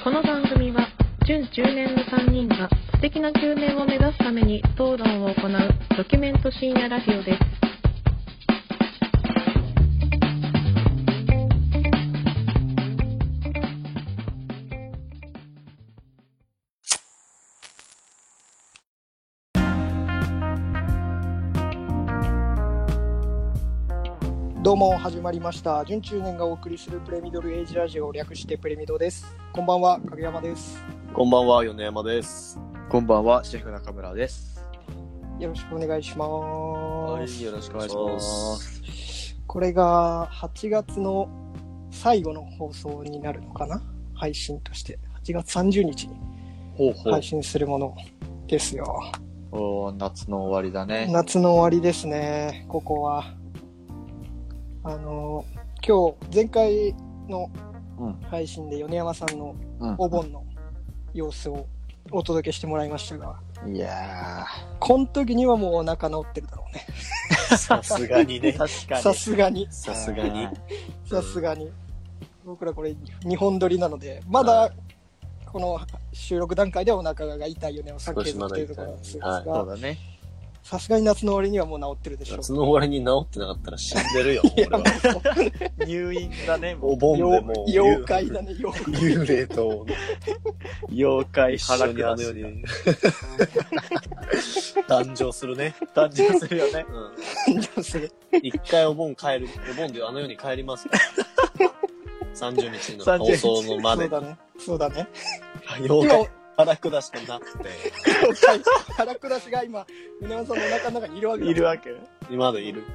この番組は準10年の3人が素敵な9年を目指すために討論を行うドキュメント深夜ラジオです。 どうも始まりました準中年がお送りするプレミドルエイジラジオ、略してプレミドです。こんばんは影山です。 こんばんは米山です。 こんばんはシェフ中村です。 よろしくお願いします。 はい、よろしくお願いします。 これが8月の最後の放送になるのかな、配信として8月30日に配信するものですよ。 おー、夏の終わりだね。 夏の終わりですね。ここは今日前回の配信で米山さんのお盆の様子をお届けしてもらいましたが、 いやー、この時にはもうお腹治ってるだろうね。 さすがにね。 確かに。 さすがに。 さすがに。 さすがに。僕らこれ2本撮りなので、まだこの収録段階ではお腹が痛いよねを避けるというところなんですが、 そうだね。 さすがに夏の終わりにはもう治ってるでしょう。 夏の終わりに治ってなかったら死んでるよ。俺は入院だね。 お盆でもう妖怪だね。 幽霊と妖怪一緒にあの世に誕生するね。 誕生するよね。 誕生する。 一回お盆であの世に帰りますから。30日の放送のまで。 そうだね。 妖怪腹下しかなくて。 腹下しが今米山さんのお腹の中にいるわけだ。 いるわけ。 まだいる。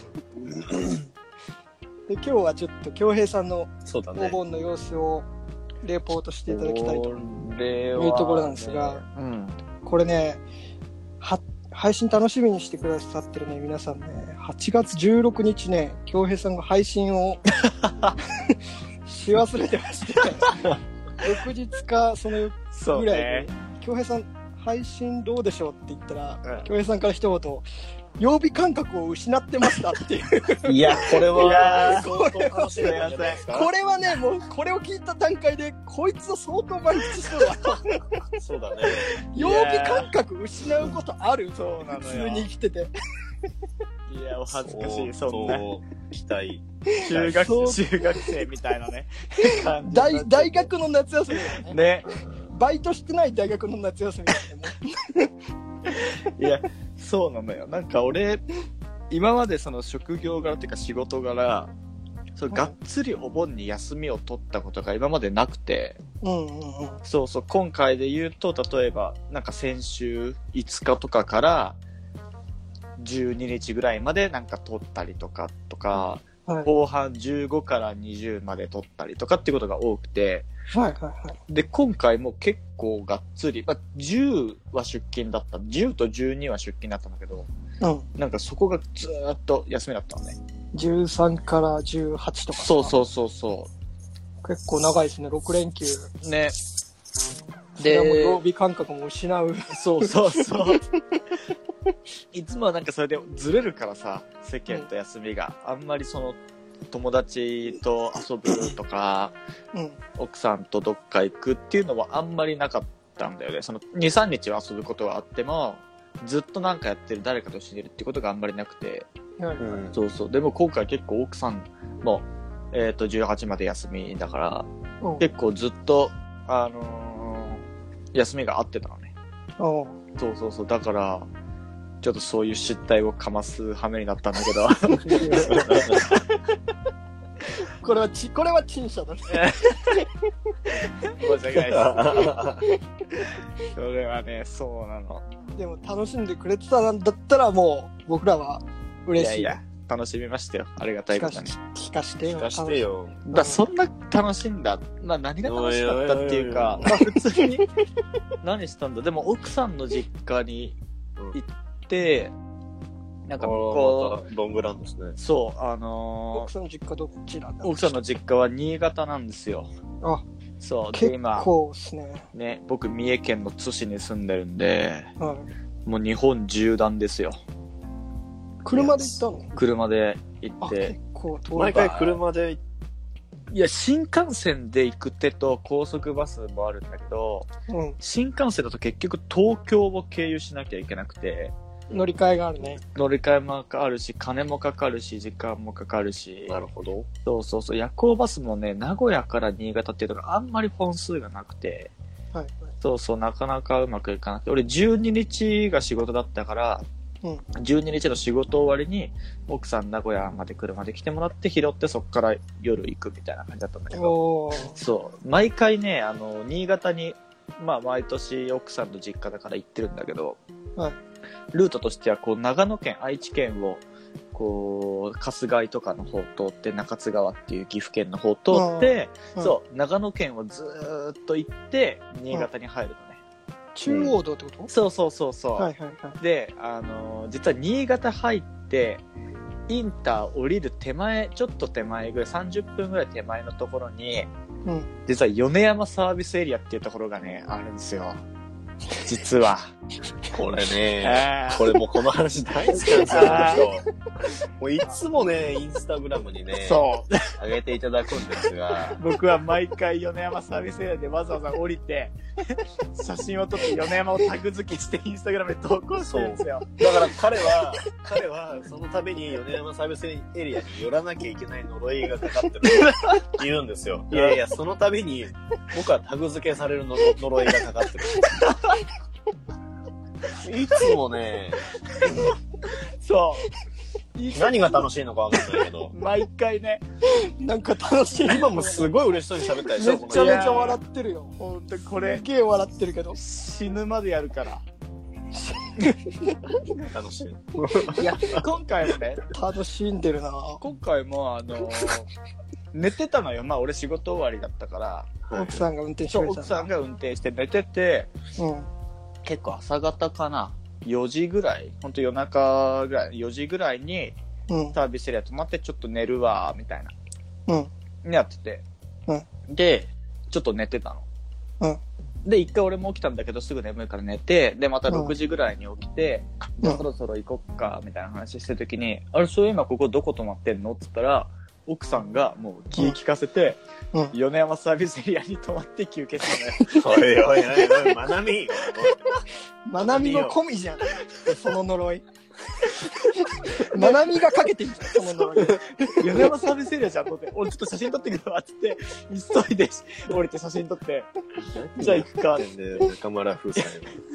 で今日はちょっと京平さんのおそうだね。 盆の様子をレポートしていただきたいといいうところなんですが、これね、配信楽しみにしてくださってるね皆さんね、8月16日ね、京平さんが配信をし忘れてまして、翌日かそのぐらいで、京平さん配信どうでしょうって言ったら、京平さんから一言、曜日感覚を失ってましたっていう。 いや、これは相当楽しみなんじゃないですか。 これはね、もうこれを聞いた段階でこいつは相当満喫しそうだ。 そうだね。 曜日感覚失うことある？ そうなのよ。 普通に生きてて。 いや、お恥ずかしい。そんな期待。 中学生みたいなね。 大学の夏休みだよね。 ね。 バイトしてない大学の夏休みだよね。 いや、そうなのよ。なんか俺、今までその職業柄っていうか仕事柄、がっつりお盆に休みを取ったことが今までなくて、そうそう、今回で言うと、例えば、なんか先週5日とかから12日ぐらいまでなんか取ったりとか、後半15から20まで取ったりとかっていうことが多くて、で、今回も結構がっつり、10は出勤だった。10と12は出勤だったんだけど、なんかそこがずーっと休みだったのね。 13から18とか。 そう結構長いですね、6連休。 ね。 で、曜日感覚も失う。 そう。いつもはなんかそれでずれるからさ、世間と休みが。あんまりその、友達と遊ぶとか、奥さんとどっか行くっていうのはあんまりなかったんだよね。その 2,3 日は遊ぶことはあっても、ずっとなんかやってる誰かとしてるってことがあんまりなくて、そう。でも今回結構奥さんも、18まで休みだから、結構ずっと、休みが合ってたのね。そう。だから、ちょっとそういう失態をかます羽目になったんだけど。 これは陳謝だね。 申し訳ないです。それはね、そうなの。 でも楽しんでくれてたんだったらもう僕らは嬉しい。 いや、楽しみましたよ。ありがたいことに。 聞かしてよ。 そんな楽しんだ。何が楽しかったっていうか、普通に何したんだ。でも奥さんの実家に行って、なんかこう、 ロングランですね。 そう、 奥さんの実家どっちなんだ？ 奥さんの実家は新潟なんですよ。そう。で、今、 結構ですね。僕、三重県の津市に住んでるんで、もう日本縦断ですよ。 車で行ったの？ 車で行って。 結構遠い。 毎回車で行っいや、新幹線で行く手と高速バスもあるんだけど、 うん。 新幹線だと結局東京を経由しなきゃいけなくて、 乗り換えがあるね。 乗り換えもあるし、金もかかるし、時間もかかるし。 なるほど。 そうそうそう。夜行バスもね、名古屋から新潟っていうのがあんまり本数がなくて、 はい。 そうそう、なかなかうまくいかなくて、俺12日が仕事だったから、 うん。 12日の仕事終わりに、奥さん名古屋まで車で来てもらって拾って、そっから夜行くみたいな感じだったんだけど、 おー。 そう、毎回ね、新潟に、まあ毎年奥さんの実家だから行ってるんだけど、 はい。 ルートとしては、こう、長野県、愛知県を、こう、春日井とかの方通って、中津川っていう岐阜県の方通って、 うんそう、長野県をずーっと行って、新潟に入るのね。 中央道ってこと、 そうそうそうそう。 はいはいはい。 で、実は新潟入って、インター降りる手前、ちょっと手前ぐらい、30分ぐらい手前のところに、 うん。 実は米山サービスエリアっていうところがね、あるんですよ。実は。 これね、これもうこの話大好きなんですよ、もういつもね、インスタグラムにね、 そう。 上げていただくんですが、 僕は毎回米山サービスエリアでわざわざ降りて、写真を撮って米山をタグ付けしてインスタグラムで投稿してるんですよ。 だから彼はその度に米山サービスエリアに寄らなきゃいけない呪いがかかってるって言うんですよ。いやいや、その度に僕はタグ付けされるの呪いがかかってる。いつもね、 そう。 何が楽しいのかわかんないけど、 毎回ね。 なんか楽しい。 今もすごい嬉しそうに喋ったでしょ。 めちゃめちゃ笑ってるよ。 ほんとこれす、げえ笑ってるけど。 死ぬまでやるから。 楽しい。 いや、今回もね、 楽しんでるな。 今回も寝てたのよ。まあ俺仕事終わりだったから、 奥さんが運転してそうくれた奥さんが運転して寝てて、 うん。 結構朝方かな、4時ぐらい、ほんと夜中ぐらい、4時ぐらいにうん。 サービスエリア泊まってちょっと寝るわみたいなうん。 やってて、でちょっと寝てたの、で一回俺も起きたんだけどすぐ眠いから寝て、でまた6時ぐらいに起きて、じゃあそろそろ行こっかみたいな話してる時に、あれそういう今ここどこ泊まってんのっつったら、奥さんがもう気利かせて、米山サービスエリアに泊まって休憩したのよ。 おいおいおいおい、まなみ。 まなみの込みじゃん。その呪い。まなみがかけてきた、その呪い。 米山サービスエリアじゃんと思って、俺ちょっと写真撮ってくるわっつって、急いで降りて写真撮って、じゃあ行くかって。 中村夫妻。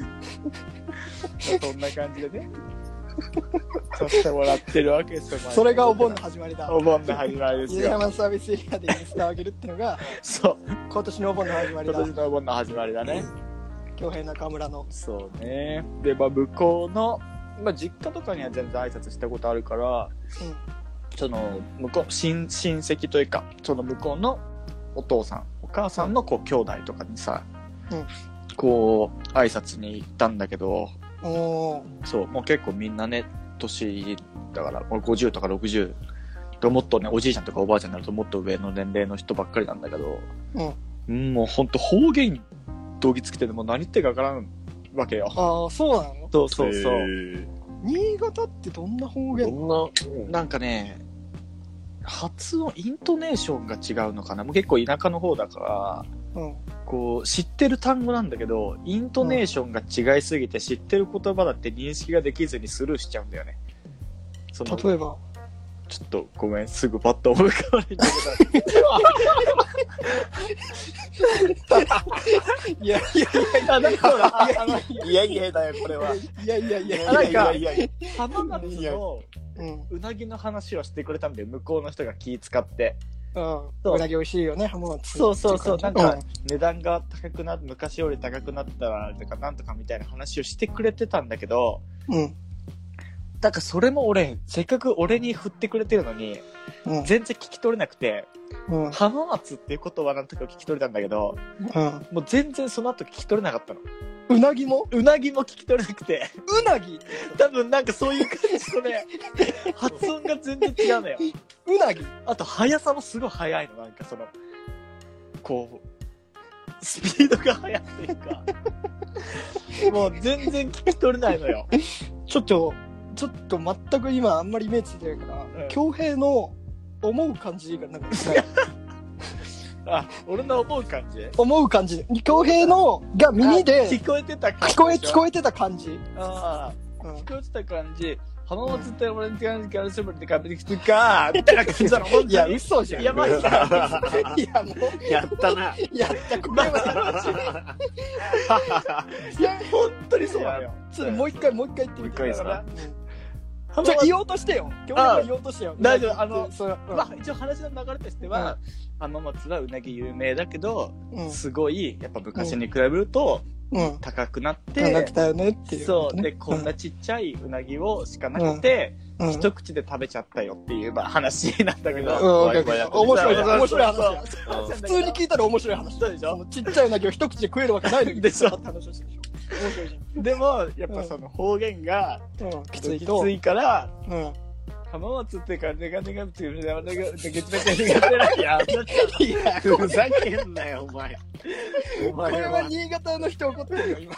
そんな感じでね。撮ってもらってるわけですよ。 それがお盆の始まりだ。 お盆の始まりです米よ。 山サービスエリアでインスタ上げるってのが、 そう。 今年のお盆の始まりだ。 今年のお盆の始まりだね。 京平中村の。 そうね。で、まあ向こうの、まあ実家とかには全然挨拶したことあるから、その向こう親戚というか、その向こうのお父さんお母さんのこう兄弟とかにさ、こう挨拶に行ったんだけど、そうもう結構みんなね年だから50とか60ともっとねおじいちゃんとかおばあちゃんになるともっと上の年齢の人ばっかりなんだけど、もうほんと方言どぎつきててもう何言ってるかわからんわけよ。 ああ、そうなの？ そうそうそう。 新潟ってどんな方言？ なんかね、発音、イントネーションが違うのかな。もう結構田舎の方だから、こう知ってる単語なんだけど、イントネーションが違いすぎて知ってる言葉だって認識ができずにスルーしちゃうんだよね。 例えば？ ちょっとごめん、すぐパッと思い浮かばないんだけど。いやいやだよ、これは。なんか、浜松のうなぎの話をしてくれたんだよ、向こうの人が気使って。 うなぎ美味しいよね、浜松。 そうそうそう、なんか、値段が高くなって、昔より高くなったら、とかなんとかみたいな話をしてくれてたんだけど、だからそれも俺、せっかく俺に振ってくれてるのに、全然聞き取れなくて、浜松っていう言葉なんとか聞き取れたんだけど、もう全然その後聞き取れなかったの。 うなぎも聞き取れなくて。 うなぎ多分なんかそういう感じのね、発音が全然違うのよ。 うなぎあと速さもすごい速いの、なんかその、こう、スピードが速いというか、もう全然聞き取れないのよ。 ちょっと全く今あんまりイメージついてないから、恭平の思う感じがなんかあ、俺の思う感じ思う感じ。恭平のが耳で聞こえてた感じ。 聞こえてた感じ。 ああ、 うん、 聞こえてた感じ。浜松って俺に感じからするって壁に来てかみたいな感じだろ。 いや、嘘じゃん。 やばいじゃん。 いや、もう。 やったな。 やった、これは。 いや、本当にそうだよ。 ちょっともう一回言ってみて。 もう一回ですか。 じゃあ言おうとしてよ。今日は言おうとしてよ。 大丈夫。まあ、一応話の流れとしては、浜松はうなぎ有名だけど、すごい、やっぱ昔に比べると、高くなって、 高くたよねっていう。 そう。で、こんなちっちゃいうなぎをしかなくて、一口で食べちゃったよっていう、まあ話なんだけど。 面白い話。普通に聞いたら面白い話。 そうでしょ？ ちっちゃいうなぎを一口で食えるわけないのに。 でしょ？でも、やっぱその方言が、きついから、浜松ってか、ネガネガっていう、ネガネガってゲツネガネガってやふざけんなよ、お前。 これは新潟の人怒ってるよ、今。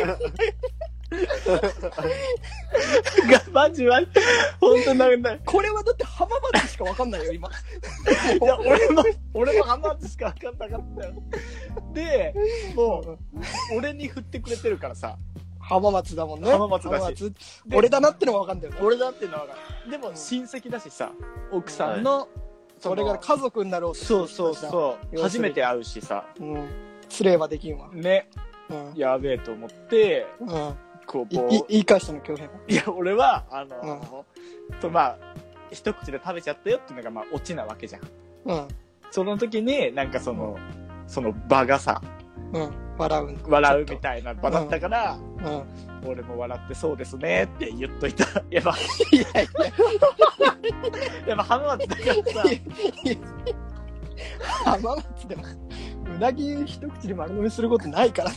マジは、ほんとなんだ。 これはだって浜松しかわかんないよ、今。 いや、俺も浜松しかわかんなかったよ。で、もう、俺に振ってくれてるからさ。 浜松だもんね。 浜松だし。 俺だなってのはわかんないよ。 俺だってのはわかんない。でも、親戚だしさ、奥さんの、 それが家族になろうと。 そう。初めて会うしさ。 失礼はできんわ。 ね。やべえと思って、 こう、言い返したの、恭平も。 いや、俺は、まあ、一口で食べちゃったよっていうのが、まあ、オチなわけじゃん。その時に、なんかその場がさ、笑うみたいな場だったから、俺も笑ってそうですねって言っといた。やっぱ、やっぱ浜松だからさ、 浜松でも、うなぎ一口で丸飲みすることないからね。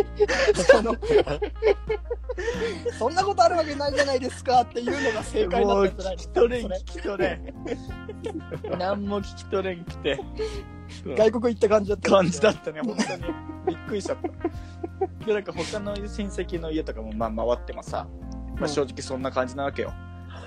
そんなことあるわけないじゃないですかっていうのが正解だったんじゃないですか。 聞き取れん。何も聞き取れんきて。 外国行った感じだった。 感じだったね、本当に。びっくりしちゃった。で、なんか他の親戚の家とかもまあ回ってもさ、まあ正直そんな感じなわけよ。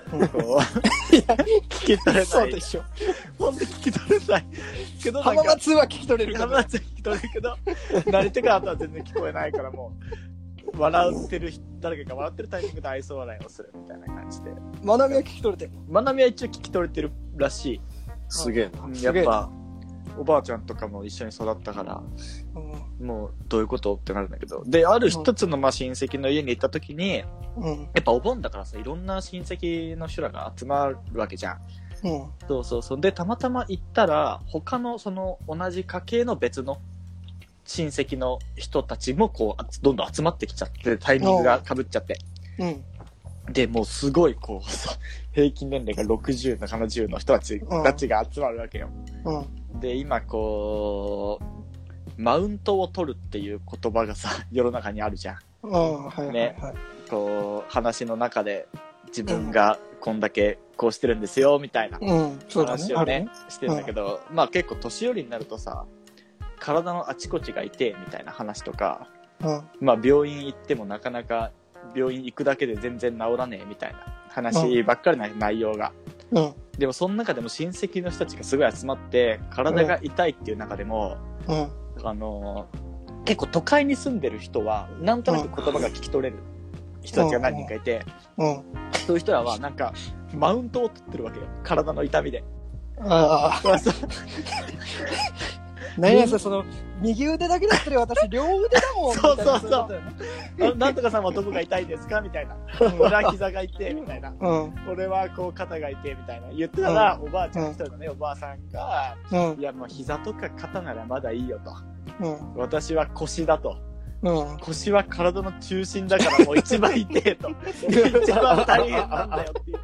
聞き取れない。 そうでしょ。 ほんと聞き取れないけど、 浜松は聞き取れる浜松は聞き取れるけど、何てかあとは全然聞こえないからもう、笑ってる誰かが笑ってるタイミングで愛想笑いをするみたいな感じで。 まなみは聞き取れてる。 まなみは一応聞き取れてるらしい。 すげえな。 やっぱ、おばあちゃんとかも一緒に育ったから、もうどういうことってなるんだけど。で、ある一つのまあ親戚の家に行った時に、やっぱお盆だからさ、いろんな親戚の人らが集まるわけじゃん。そう。で、たまたま行ったら、他のその同じ家系の別の親戚の人たちもこう、どんどん集まってきちゃって、タイミングが被っちゃって。で、もうすごいこう、平均年齢が60の70の人たちが集まるわけよ。で、今こう、マウントを取るっていう言葉がさ、世の中にあるじゃん。ね。こう、話の中で自分がこんだけこうしてるんですよ、みたいな話をね、してるんだけど、まあ結構年寄りになるとさ、体のあちこちが痛いみたいな話とか、まあ病院行ってもなかなか病院行くだけで全然治らねえみたいな話ばっかりな内容が。でもその中でも親戚の人たちがすごい集まって体が痛いっていう中でも、結構都会に住んでる人はなんとなく言葉が聞き取れる人たちが何人かいて、そういう人らはなんかマウントを取ってるわけよ、体の痛みで。 何やその右腕だけだったら私両腕だもん。 そう。なんとかさんはどこが痛いですかみたいな。俺は膝が痛いみたいな。俺はこう肩が痛いみたいな。言ってたら、おばあちゃんの一人のね、おばあさんが、いやもう膝とか肩ならまだいいよと。私は腰だと。腰は体の中心だからもう一番痛いと。一番大変なんだよっていう。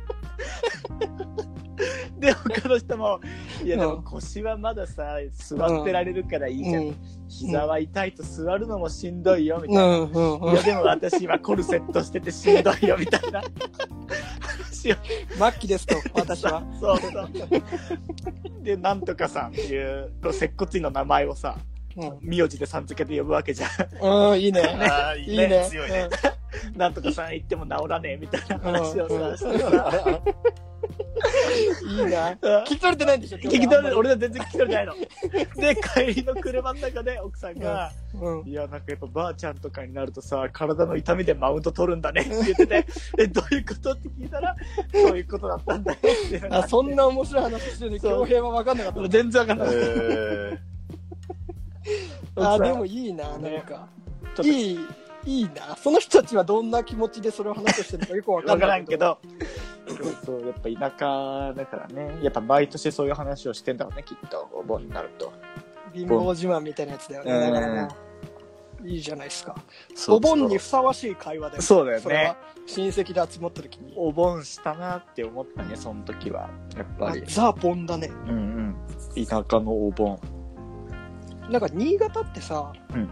で、他の人も、いやでも腰はまださ、座ってられるからいいじゃん。膝は痛いと座るのもしんどいよ、みたいな。いやでも私今コルセットしててしんどいよ、みたいな話を。 末期ですと、私は。 そう。で、なんとかさんっていう、こう接骨院の名前をさ、名字でさん付けで呼ぶわけじゃん。 いいね。いいね。 強いね。 なんとかさん言っても治らねえみたいな話をさ、してさ。 いいな。聞き取れてないんでしょ？ 聞き取れ、俺は全然聞き取れないの。で、帰りの車の中で奥さんが、いや、なんかやっぱばあちゃんとかになるとさ、体の痛みでマウント取るんだねって言ってて、どういうことって聞いたら、そういうことだったんだよって。 あ、そんな面白い話してるの恭平は分かんなかった。 全然分かんない。 あ、でもいいな、なんか。いいな。その人たちはどんな気持ちでそれを話をしてるのかよく分からんけど。 そう、やっぱ田舎だからね。やっぱ毎年そういう話をしてんだろうね、きっと。お盆になると。 貧乏自慢みたいなやつだよね。だからね。いいじゃないですか。お盆にふさわしい会話で。 そうだよね。それは親戚で集まった時に。 お盆したなって思ったね、その時は。やっぱり。 ザ・ボンだね。 うんうん。田舎のお盆。 なんか新潟ってさ、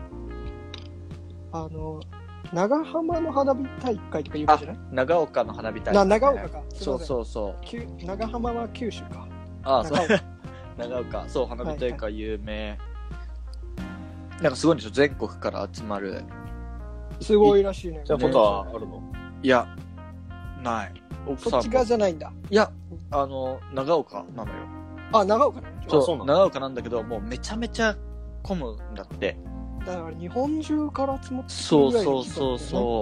長浜の花火大会とか有名じゃない？ 長岡の花火大会、 長岡か。 そうそうそう。 長浜は九州か。 ああ、そう。長岡。そう、花火大会有名。なんかすごいんでしょ、全国から集まる。 すごいらしいね。 じゃあことはあるの？ いや、ない。 そっち側じゃないんだ。 いや、長岡なのよ。 あ、長岡なの？そう、長岡なんだけど、もうめちゃめちゃ混むんだって。 だから日本中から集まってそう。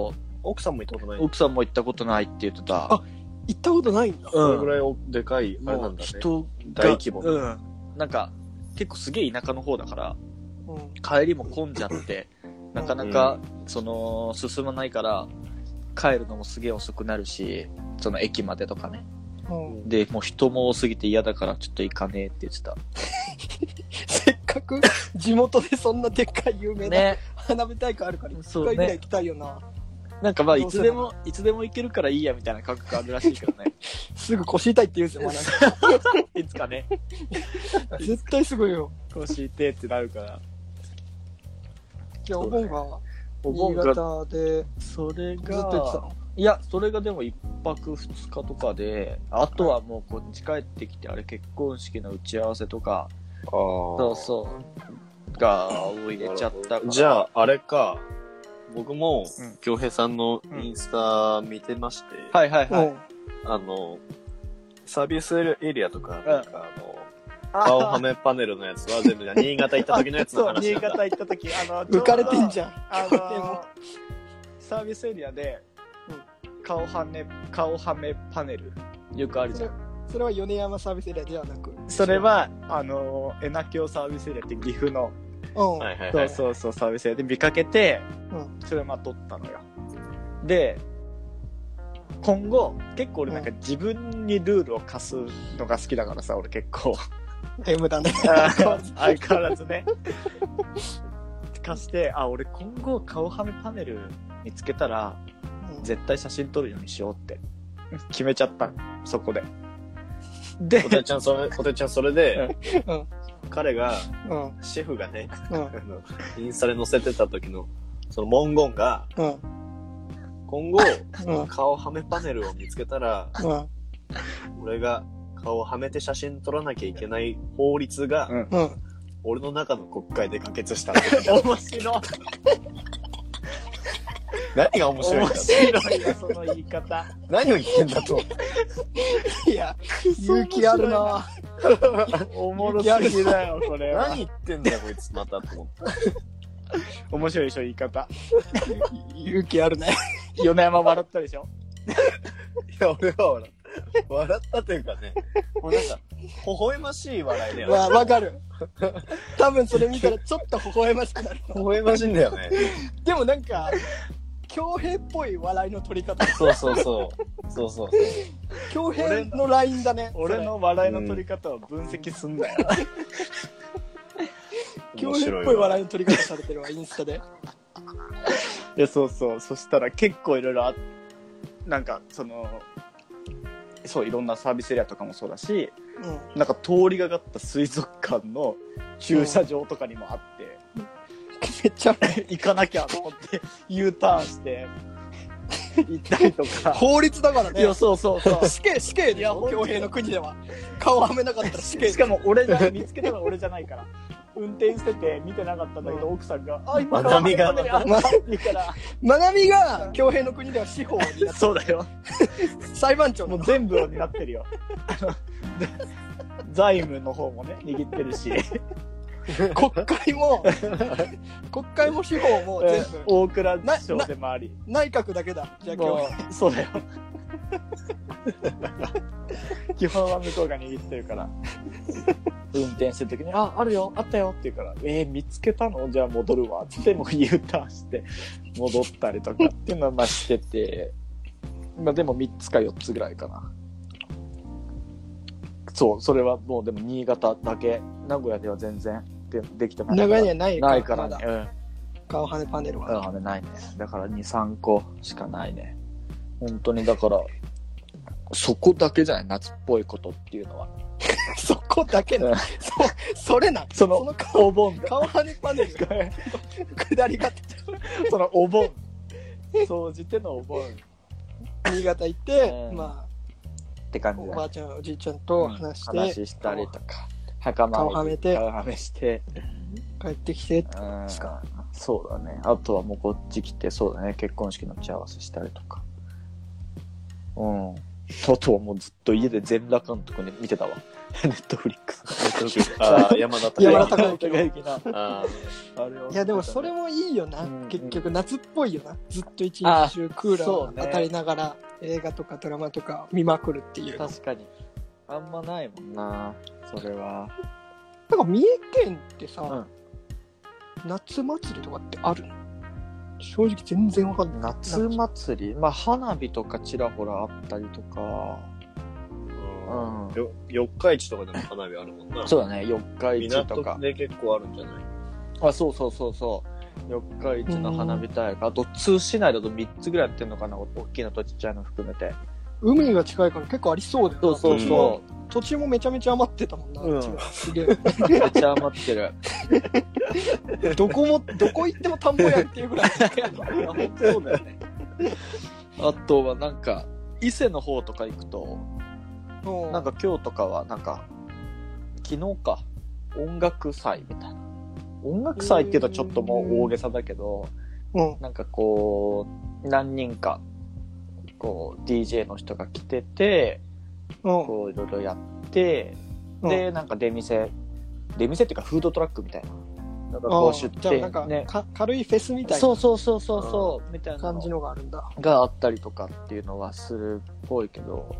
奥さんも行ったことない？ 奥さんも行ったことないって言ってた。 あ、行ったことないんだ。 それぐらいでかい、あれなんだね。 人大規模。 なんか、結構すげえ田舎の方だから、帰りも混んじゃって、なかなか、進まないから、帰るのもすげえ遅くなるし、その駅までとかね。で、もう人も多すぎて嫌だからちょっと行かねえって言ってた。 せっかく地元でそんなでっかい有名な花火大会あるから、1回ぐらい行きたいよな。 なんかまあいつでも行けるからいいやみたいな感覚あるらしいけどね。 すぐ腰痛いって言うんですよ、 いつかね。 絶対すぐよ。 腰痛いってなるから。 じゃあお盆が新潟でそれがずっと行ってたの？ いや、それがでも1泊2日とかで、あとはもうこっち帰ってきて、あれ結婚式の打ち合わせとか、そうが入れちゃったから。 じゃああれか、僕も京平さんのインスタ見てまして、 はいはいはい。 サービスエリアとか、なんか顔はめパネルのやつは全部新潟行った時のやつの話。 新潟行った時、 浮かれてんじゃん。 サービスエリアで、顔はめパネル、よくあるじゃん。 それは米山サービスエリアではなく、 それは、恵那京サービスエリアって岐阜の、そうサービスエリアで見かけて、それを撮ったのよ。で、今後、結構俺なんか自分にルールを課すのが好きだからさ、俺結構。 M だね。 相変わらずね。課して、俺今後顔はめパネル見つけたら、絶対写真撮るようにしようって決めちゃったの、そこで。で、 ホテちゃんそれで、彼が、シェフがね、インスタで載せてた時の、その文言が、今後、顔はめパネルを見つけたら、俺が顔をはめて写真撮らなきゃいけない法律が、俺の中の国会で可決した。 面白い。 何が面白いんだ？ 面白いよ、その言い方。 何を言ってんだと。 いや、勇気あるな。 おもろすぎだよ、これは。 何言ってんだよ、こいつまたと思って。 面白いでしょ、言い方。 勇気あるね。 米山笑ったでしょ。 いや、俺は笑ったというかね、もうなんか、微笑ましい笑いだよね。 わかる。多分それ見たらちょっと微笑ましくなる。 微笑ましいんだよね。 でもなんか、恭平っぽい笑いの取り方。 そう。 恭平のラインだね。 俺の笑いの取り方を分析すんだよ。 恭平っぽい笑いの取り方されてるわ、インスタで。 いや、そう。そしたら結構いろいろなんか、いろんなサービスエリアとかもそうだし、なんか通りがかった水族館の駐車場とかにもあって、 めっちゃ行かなきゃと思って U ターンして行ったりとか。 法律だからね。 いや、そう。 死刑で恭平の国では顔はめなかったら死刑。 しかも俺が見つけたのは俺じゃないから。 運転してて見てなかったんだけど、奥さんが、今まなみがあって言うから、 まなみが恭平の国では司法になってそうだよ。 裁判長のもう全部になってるよ。財務の方もね、握ってるし。 国会も司法も全部大蔵省でもあり。 内閣だけだ。じゃあ今もう、そうだよ。基本は向こうが握ってるから。運転してる時に、あるよ、あったよって言うから、見つけたの？じゃあ戻るわ。つってもう U ターンして戻ったりとかっていうのはまあしてて、まあでも3つか4つぐらいかな。そう、それはもうでも新潟だけ、名古屋では全然できてない。 名古屋にはないからね。 まだ顔はねパネルは。 顔はねないね。だから2、3個しかないね。本当にだから、そこだけじゃない、夏っぽいことっていうのは。 そこだけな。それな。 そのお盆が。 顔はねパネルが。下りが。 そのお盆。総じてのお盆。 新潟行って、まあ、 って感じおばあちゃん、おじいちゃんと話して。 話したりとか。袴顔はめて。 顔はめして。 帰ってきてってことですか。 そうだね。あとはもうこっち来て、そうだね。結婚式の打ち合わせしたりとか。あとはもうずっと家で全裸監督で見てたわ。ネットフリックス。 山田孝之な。 いやでもそれもいいよな。結局夏っぽいよな。ずっと一日中クーラー当たりながら映画とかドラマとか見まくるっていう。 確かに。あんまないもんな。それは。 なんか三重県ってさ、夏祭りとかってあるの？正直全然わかんない。 夏祭り、まあ花火とかちらほらあったりとか、 四日市とかでも花火あるもんな。 そうだね、四日市とか。 港で結構あるんじゃない？ そう。四日市の花火大会。あと通市内だと3つぐらいやってんのかな、大きいのとちっちゃいの含めて。 海が近いから結構ありそうだよな。 そう土地もめちゃめちゃ余ってたもんな。すげえ。 めっちゃ余ってる。 どこ行っても田んぼやっていうぐらい。 本当そうだよね。あとはなんか、伊勢の方とか行くと、なんか今日とかはなんか、昨日か、音楽祭みたいな。音楽祭っていうとちょっともう大げさだけど、なんかこう、何人か、こう、DJ の人が来てて、こういろいろやって、で、なんか出店っていうかフードトラックみたいな。なんかこう出店、 なんか軽いフェスみたいな。 そうみたいな感じのがあるんだ。 があったりとかっていうのはするっぽいけど、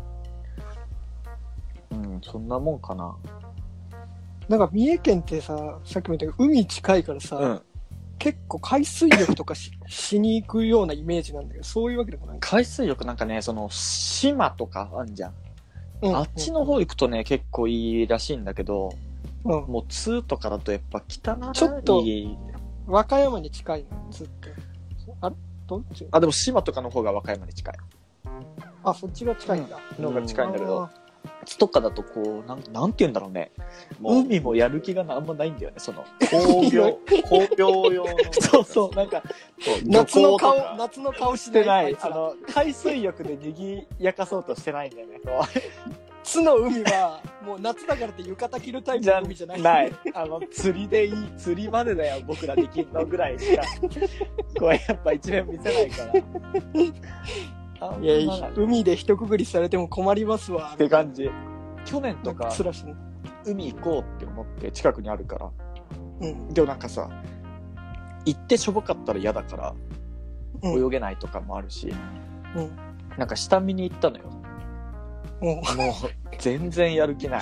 そんなもんかな。 なんか三重県ってさ、さっきも言ったけど海近いからさ、結構海水浴とか しに行くようなイメージなんだけど、そういうわけでもない。 海水浴なんかね、その島とかあんじゃん。あっちの方行くとね、結構いいらしいんだけど、もう通とかだとやっぱ汚い。 ちょっと和歌山に近いの、通って。あれどっち？ でも島とかの方が和歌山に近い。 そっちが近いんだ。 のが近いんだけど、津とかだとこう、なんて言うんだろうね。海もやる気があんまないんだよね、その。 工業用の。 そう、なんか、 夏の顔してない。海水浴で賑やかそうとしてないんだよね。 津の海は、もう夏だからって浴衣着るタイプの海じゃない。 ない。釣りでいい。釣りまでだよ、僕らできんのぐらいしか。これやっぱ一面見せないから。 いや、海で一括りされても困りますわ。 って感じ。去年とか、 ね、 海行こうって思って近くにあるから。でもなんかさ、行ってしょぼかったら嫌だから、泳げないとかもあるし、なんか下見に行ったのよ。もう、全然やる気ない。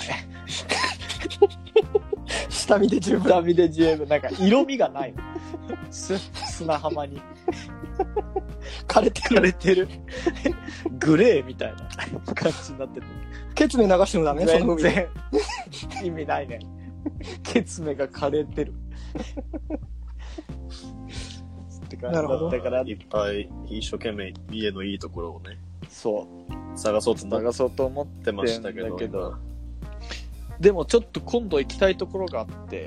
下見で十分。 なんか色味がないの。砂浜に。 枯れてる。 グレーみたいな感じになってて。 ケツメ流してもダメ？ 全然意味ないね。ケツメが枯れてる。 なるほど。 だからいっぱい一生懸命家のいいところをね。 そう探そうと思ってましたけど。 でもちょっと今度行きたいところがあって。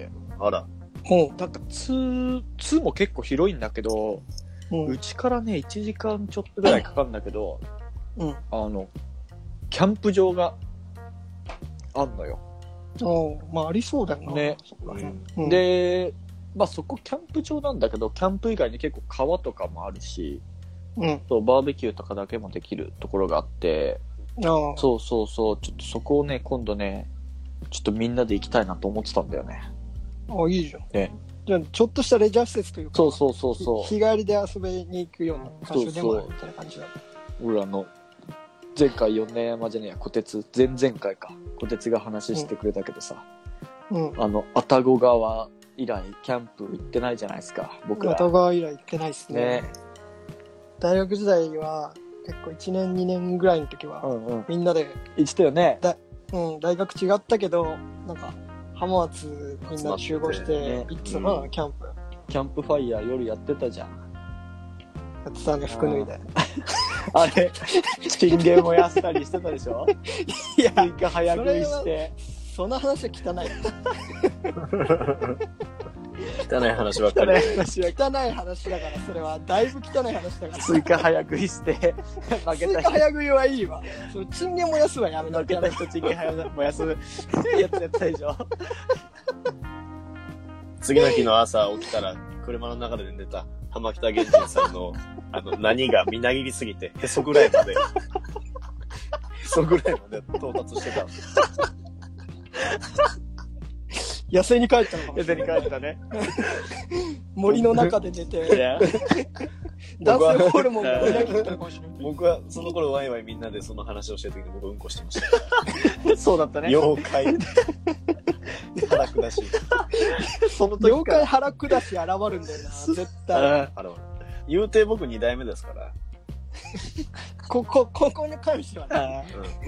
あら。 なんか津も結構広いんだけど、うちからね1時間ちょっとぐらいかかるんだけど、キャンプ場があんのよ。 まあありそうだよな。 ね。 うん、 で、まあそこキャンプ場なんだけど、キャンプ以外に結構川とかもあるし、バーベキューとかだけもできるところがあって、そうそうそう、ちょっとそこをね、今度ね、ちょっとみんなで行きたいなと思ってたんだよね。 いいじゃん。 ね。 じゃあちょっとしたレジャー施設というか、 そう。 日帰りで遊びに行くような場所でもあるみたいな感じだね。 俺前回米山じゃねえや、小鉄、前々回か。小鉄が話してくれたけどさ、愛宕川以来キャンプ行ってないじゃないですか、僕ら。 愛宕川以来行ってないですね。大学時代は結構1年2年ぐらいの時は、みんなで行ってたよね。 大学違ったけど、なんか浜松みんなで集合して行ってたな、キャンプ。 キャンプファイヤー夜やってたじゃん。 やってたね、服脱いで。 あれ、チンゲン燃やしたりしてたでしょ。 いや、 一回早食いして。 その話は汚い。 汚い話ばっかり。 汚い話だから、それは。だいぶ汚い話だから。 スイカ早食いして、負けた人。 スイカ早食いはいいわ。それ、チンゲン燃やすはやめな負けた人チンゲン早燃やすやつやったでしょ。 次の日の朝起きたら、車の中で寝てた浜北源人さんの、何がみなぎりすぎて、へそぐらいまで到達してた。 野生に帰ったのかも。 野生に帰ったね。 森の中で寝て。男性ホルモンがみなぎったのかもしれない。 僕はその頃ワイワイみんなでその話をしてる時に僕うんこしてました。 そうだったね。 妖怪。腹下し。 その時妖怪腹下し現るんだよな、絶対。 言うて僕2代目ですから。 ここに関してはね。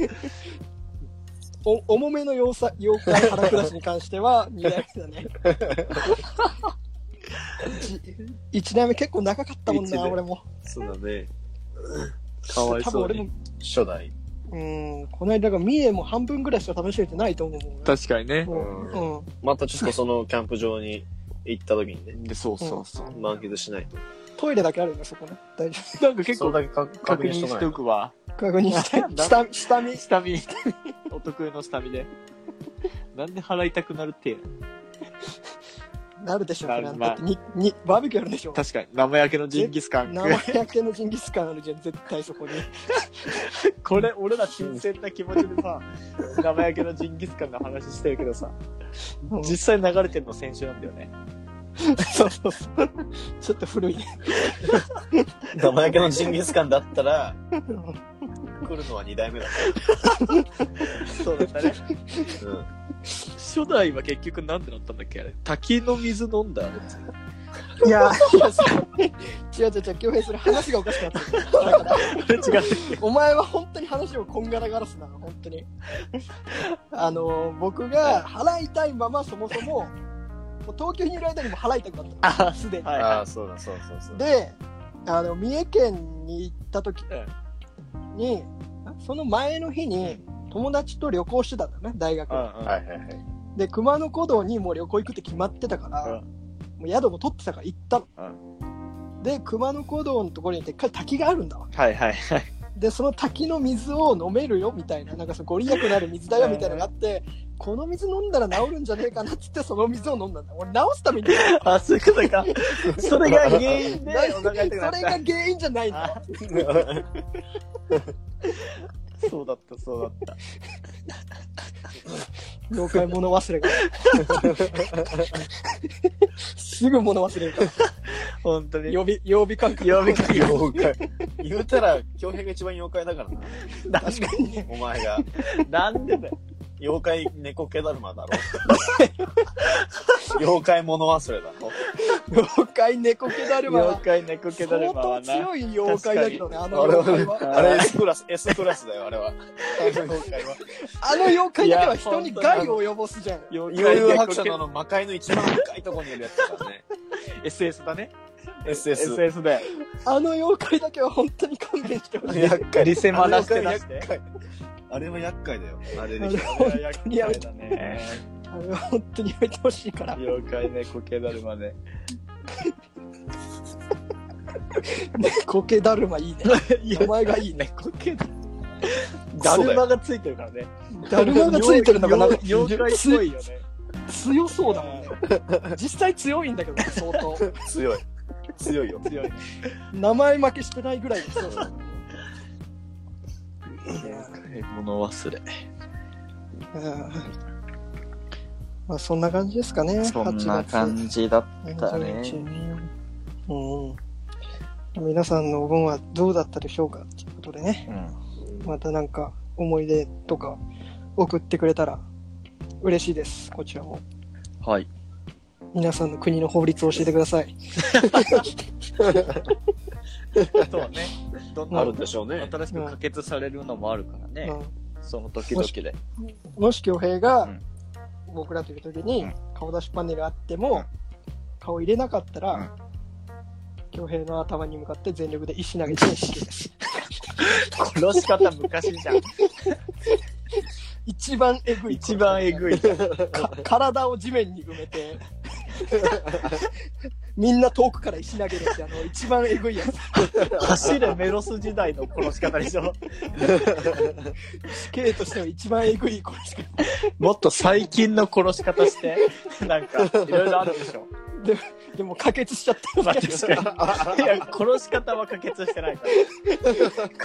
重めの妖怪腹下しに関しては2代目だね。1代目結構長かったもんな、俺も。 そうだね。 かわいそうに。 多分俺も初代。 この間が三重も半分ぐらいしか楽しめてないと思う。 確かにね。 またちょっとそのキャンプ場に行った時にね。 で、そう。 満喫しないと。 トイレだけあるんだ、そこね。大丈夫。なんか結構確認しておくわ。 確認して。下見。 お得意の下見で。なんで払いたくなるって。 なるでしょ、だってバーベキューあるでしょ。 確かに。生焼けのジンギスカン。 生焼けのジンギスカンあるじゃん、絶対そこに。 これ、俺ら新鮮な気持ちでさ、生焼けのジンギスカンの話してるけどさ、実際流れてるの先週なんだよね。 そう。ちょっと古いね。 生焼けのジンギスカンだったら、来るのは2代目だった。 そうだったね。初代は結局なんでなったんだっけあれ。滝の水飲んだやつ。 いや、違う、京平それ話がおかしくなってる。だから、お前は本当に話をこんがらがらすな、本当に。僕が払いたいままそもそも、東京にいる間にも払いたくなった。すでに。 そう。 で、三重県に行った時に、その前の日に友達と旅行してたんだね、大学。で、熊野古道にもう旅行行くって決まってたから、もう宿も取ってたから行ったの。で、熊野古道のところにでっかい滝があるんだわ。で、その滝の水を飲めるよみたいな、なんかご利益のある水だよみたいなのがあって、この水飲んだら治るんじゃねえかなって言ってその水を飲んだんだ。俺治すために。 そういうことか。それが原因でそれが原因じゃないんだ。 そうだった。 妖怪物忘れが。すぐ物忘れるから。 本当に。 曜日感覚。 妖怪。言うたら、京平が一番妖怪だからな。 確かにね。 お前が。 なんでだよ。 妖怪猫毛だるまだろ。妖怪物忘れだろ。 妖怪猫毛だるまは。 妖怪猫毛だるまはな。 相当強い妖怪だけどね、あの妖怪は。 あれ S クラスだよ、あれは。 あの妖怪だけは人に害を及ぼすじゃん。 幽遊白書の魔界の一番深いところにいるやつだからね。 SS だね。 SS だよ。 あの妖怪だけは本当に勘弁してほしい。 厄介。 リセマ出して。 あれは厄介だよ。あれは厄介だね。あれは本当にやめてほしいから。 妖怪猫毛だるまで。 猫毛だるまいいね。お前がいいね。 猫毛だ。 だるまがついてるからね。 だるまがついてるのがなんか妖怪っぽいよね。 強そうだもんね。実際強いんだけどね、相当。 強い。強いよ。 強い。 名前負けしてないぐらいですよ。 物忘れ。 まあそんな感じですかね。 そんな感じだったね。 皆さんのお盆はどうだったでしょうかということでね。またなんか思い出とか送ってくれたら嬉しいです。こちらも。 はい。 皆さんの国の法律を教えてください。 そうね。どんどんあるんでしょうね。 新しく可決されるのもあるからね。その時々で。 もし恭平が僕らという時に顔出しパネルあっても顔入れなかったら恭平の頭に向かって全力で石投げて死刑です。 殺し方昔じゃん。 一番えぐい。 一番えぐいじゃん。 体を地面に埋めてみんな遠くから石投げるって一番えぐいやつ。 走れメロス時代の殺し方でしょ。 死刑としては一番えぐい殺し方。 もっと最近の殺し方して、なんかいろいろあるでしょ。 でも可決しちゃったよ。 まあ、確かに。いや、殺し方は可決してないから。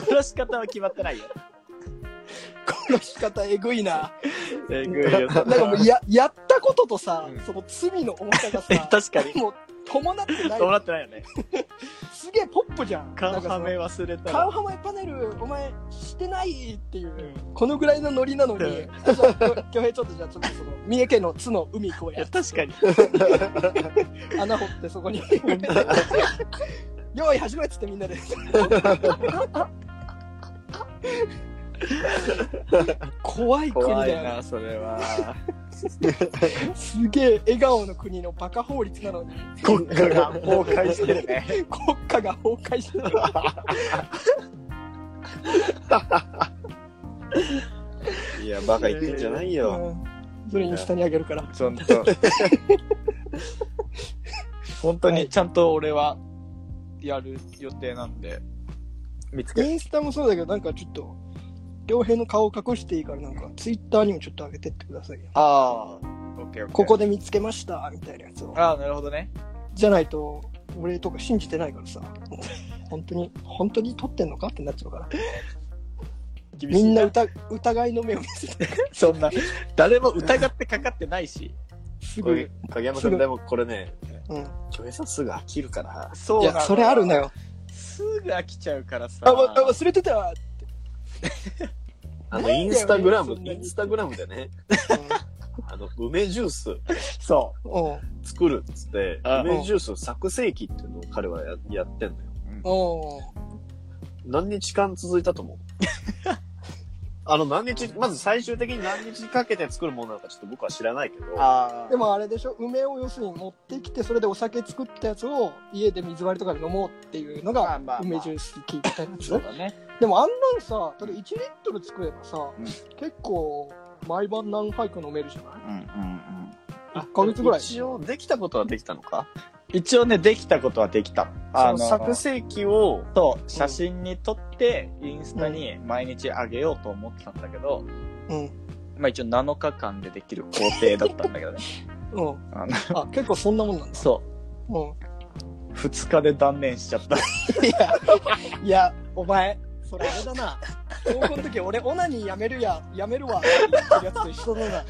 殺し方は決まってないよ。 殺し方えぐいな。 えぐいよ。 なんかもうやったこととさ、その罪の重さがさ、 確かに。 もう伴ってない。 伴ってないよね。 すげえポップじゃん。 カンハメ忘れた。 カンハメパネルお前してないっていう、このぐらいのノリなのに、恭平ちょっとじゃあちょっとその三重県の津の海行こうや。 確かに。 穴掘ってそこに用意始めっつってみんなで。怖い国だよな、それは。 すげえ笑顔の国のバカ法律なのに国家が崩壊してるね。 国家が崩壊してる。 いや、バカ言ってんじゃないよ。 それインスタにあげるから。 本当にちゃんと俺はやる予定なんで見つける。 インスタもそうだけどなんかちょっと両平の顔を隠していいからなんかツイッターにもちょっと上げてってくださいよ。 ああ、オッケー。 ここで見つけましたみたいなやつを。 ああ、なるほどね。 じゃないと俺とか信じてないからさ。本当に撮ってんのかってなっちゃうから。みんな疑いの目を見せて。 そんな誰も疑ってかかってないし。 すぐ影山君でもこれね、恭平さんすぐ飽きるから。 そうなの。いやそれあるのよ。 すぐ飽きちゃうからさ。 忘れてた。 インスタグラムでね、梅ジュース作るっつって、梅ジュース作成期っていうのを彼はやってんのよ。何日間続いたと思う？まず最終的に何日かけて作るものなのかちょっと僕は知らないけど。 でもあれでしょ、梅を要するに持ってきて、それでお酒作ったやつを家で水割りとかで飲もうっていうのが梅ジュース聞いたやつ。 そうだね。 でもあんなんさ、例えば1リットル作ればさ、結構毎晩何杯か飲めるじゃない？1ヶ月ぐらい。 一応できたことはできたのか？ 一応ね、できたことはできた。 作成期を写真に撮ってインスタに毎日あげようと思ってたんだけど、まあ一応7日間でできる工程だったんだけどね。 結構そんなもんなんだ。 そう。2日で断念しちゃった。 いや、お前、それあれだな。高校の時俺オナニーやめるわって言ってるやつと一緒だな。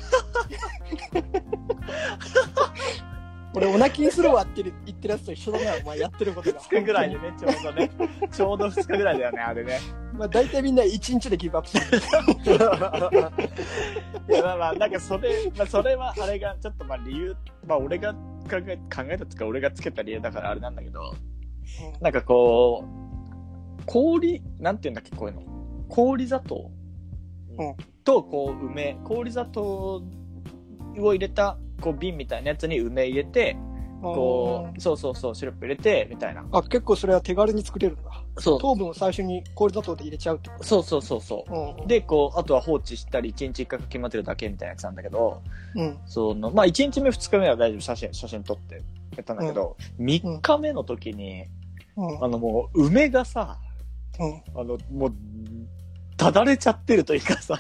俺オナキンするわって言ってるやつと一緒だな、お前やってることが。 2日ぐらいでね、ちょうどね。ちょうど2日ぐらいだよね、あれね。 まあ大体みんな1日でギブアップする。 いや、まあなんかそれはあれがちょっと理由、俺が考えたっていうか俺がつけた理由だからあれなんだけど、なんかこう、なんていうんだっけ、こういうの。氷砂糖と、氷砂糖を入れた、瓶みたいなやつに梅入れて、そう、シロップ入れて、みたいな。 結構それは手軽に作れるんだ。 そう。 糖分を最初に氷砂糖で入れちゃうってこと？ そう。で、あとは放置したり、1日1回かき混ぜるだけみたいなやつなんだけど、1日目、2日目は大丈夫、写真撮ってやったんだけど、3日目の時に、もう、梅がさ、もう、 ただれちゃってるというかさ、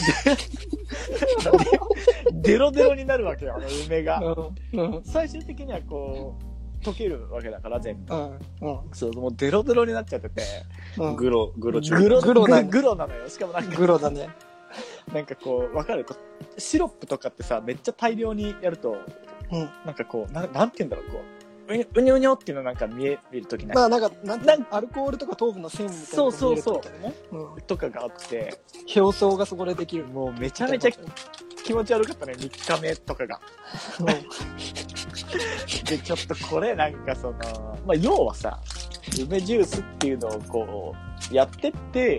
デロデロになるわけよ、あの梅が。最終的にはこう、溶けるわけだから、全部。そう、もうデロデロになっちゃってて。 グロなのよ。しかもなんか。 グロだね。 なんかこう、わかる？シロップとかってさ、めっちゃ大量にやると、なんかこう、なんて言うんだろう、こう。うにょうにょっていうのなんか見えるときない。 まあなんか、アルコールとか糖分の線みたいな、ね。 そう。とかがあって。 表層がそこでできる。 もうめちゃめちゃ気持ち悪かったね、3日目とかが。で、ちょっとこれなんかその、まあ要はさ、梅ジュースっていうのをこう、やってって、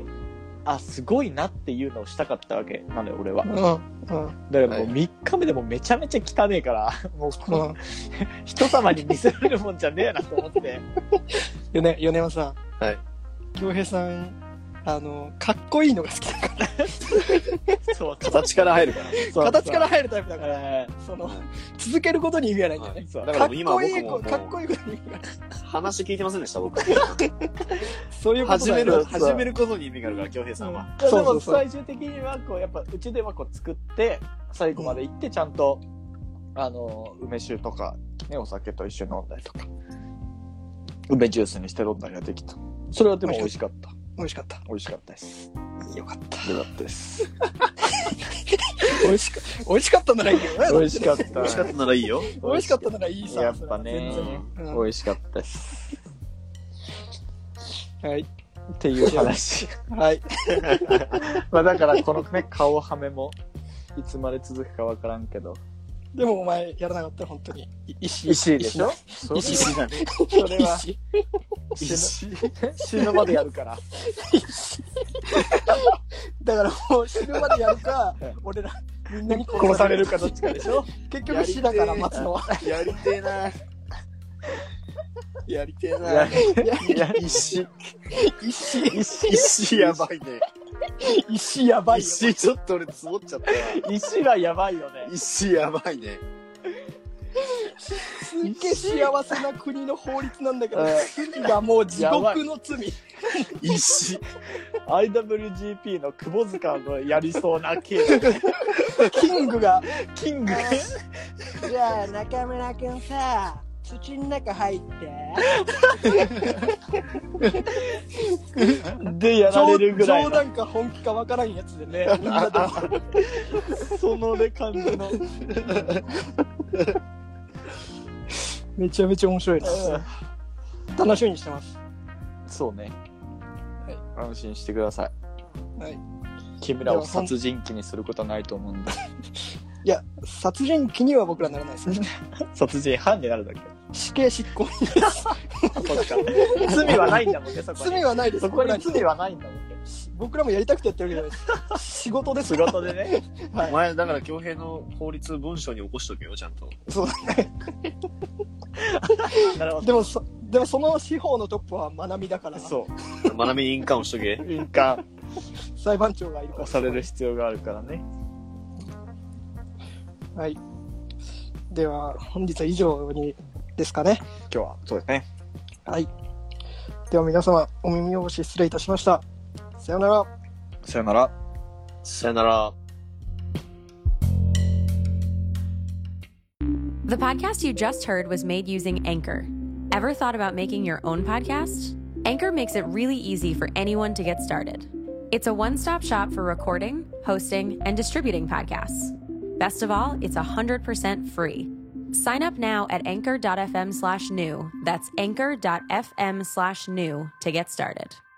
あ、すごいなっていうのをしたかったわけなのよ、俺は。だからもう3日目でもめちゃめちゃ汚ねえから、もう人様に見せられるもんじゃねえなと思って。 米山さん。 はい。 京平さん、かっこいいのが好きだから。 そう、形から入るから。 形から入るタイプだから、続けることに意味はないんだよね。 だから今僕もかっこいいことに意味がない。 話聞いてませんでした、僕。 そういうことだよ。 始めることに意味があるから、京平さんは。 でも最終的には、こう、やっぱ、うちではこう作って、最後まで行って、ちゃんと、梅酒とか、ね、お酒と一緒に飲んだりとか、梅ジュースにして飲んだりができた。それはでも美味しかった。 美味しかった。 美味しかったです。 よかった。 よかったです。 美味しかったならいいよね。 美味しかった。 美味しかったならいいよ。 美味しかったならいいさ。 やっぱね、美味しかったです。 はい。 っていう話。 はい。 まあだからこのね、顔はめも、いつまで続くかわからんけど。 でもお前やらなかったら本当に石でしょ？ 石だね。 それは死ぬまでやるから。 だからもう死ぬまでやるか、俺らみんなに殺されるかどっちかでしょ？ 結局死だから待つのは。 やりてえな。やりてえな。石やばいね。 石やばいよ。 石ちょっと俺積もっちゃったわ。 石はやばいよね。 石やばいね。 すっげえ幸せな国の法律なんだけど、罪がもう地獄の罪。 石。 IWGP の窪塚のやりそうな系。 キングが。 じゃあ中村くんさ、土の中入ってでやられるぐらい冗談か本気かわからんやつでね、みんなでそのね感じのめちゃめちゃ面白いです。楽しみにしてます。 そうね、 はい、 安心してください。はい、君らを殺人鬼にすることはないと思うんで。 いや、殺人鬼には僕らならないです。 殺人犯になるだけ。 死刑執行になります。 罪はないんだもんね、そこに。 罪はないです。 そこに罪はないんだもんね。 僕らもやりたくてやってるわけじゃないです。仕事です。 仕事でね。 はい、お前、だから京平の法律文書に起こしとけよ、ちゃんと。 そうだね。 なるほど。 でもその司法のトップはまなみだから。 そう。 まなみに印鑑をしとけ。 印鑑。 裁判長がいるから。 押される必要があるからね。 はい。では、本日は以上にですかね。 今日は、そうですね。 はい。では皆様、お耳汚し失礼いたしました。さよなら。 さよなら。 さよなら。 The podcast you just heard was made using Anchor. Ever thought about making your own podcast? Anchor makes it really easy for anyone to get started. It's a one-stop shop for recording, hosting, and distributing podcasts. Best of all, it's 100% free. Sign up now at anchor.fm/new. That's anchor.fm/new to get started.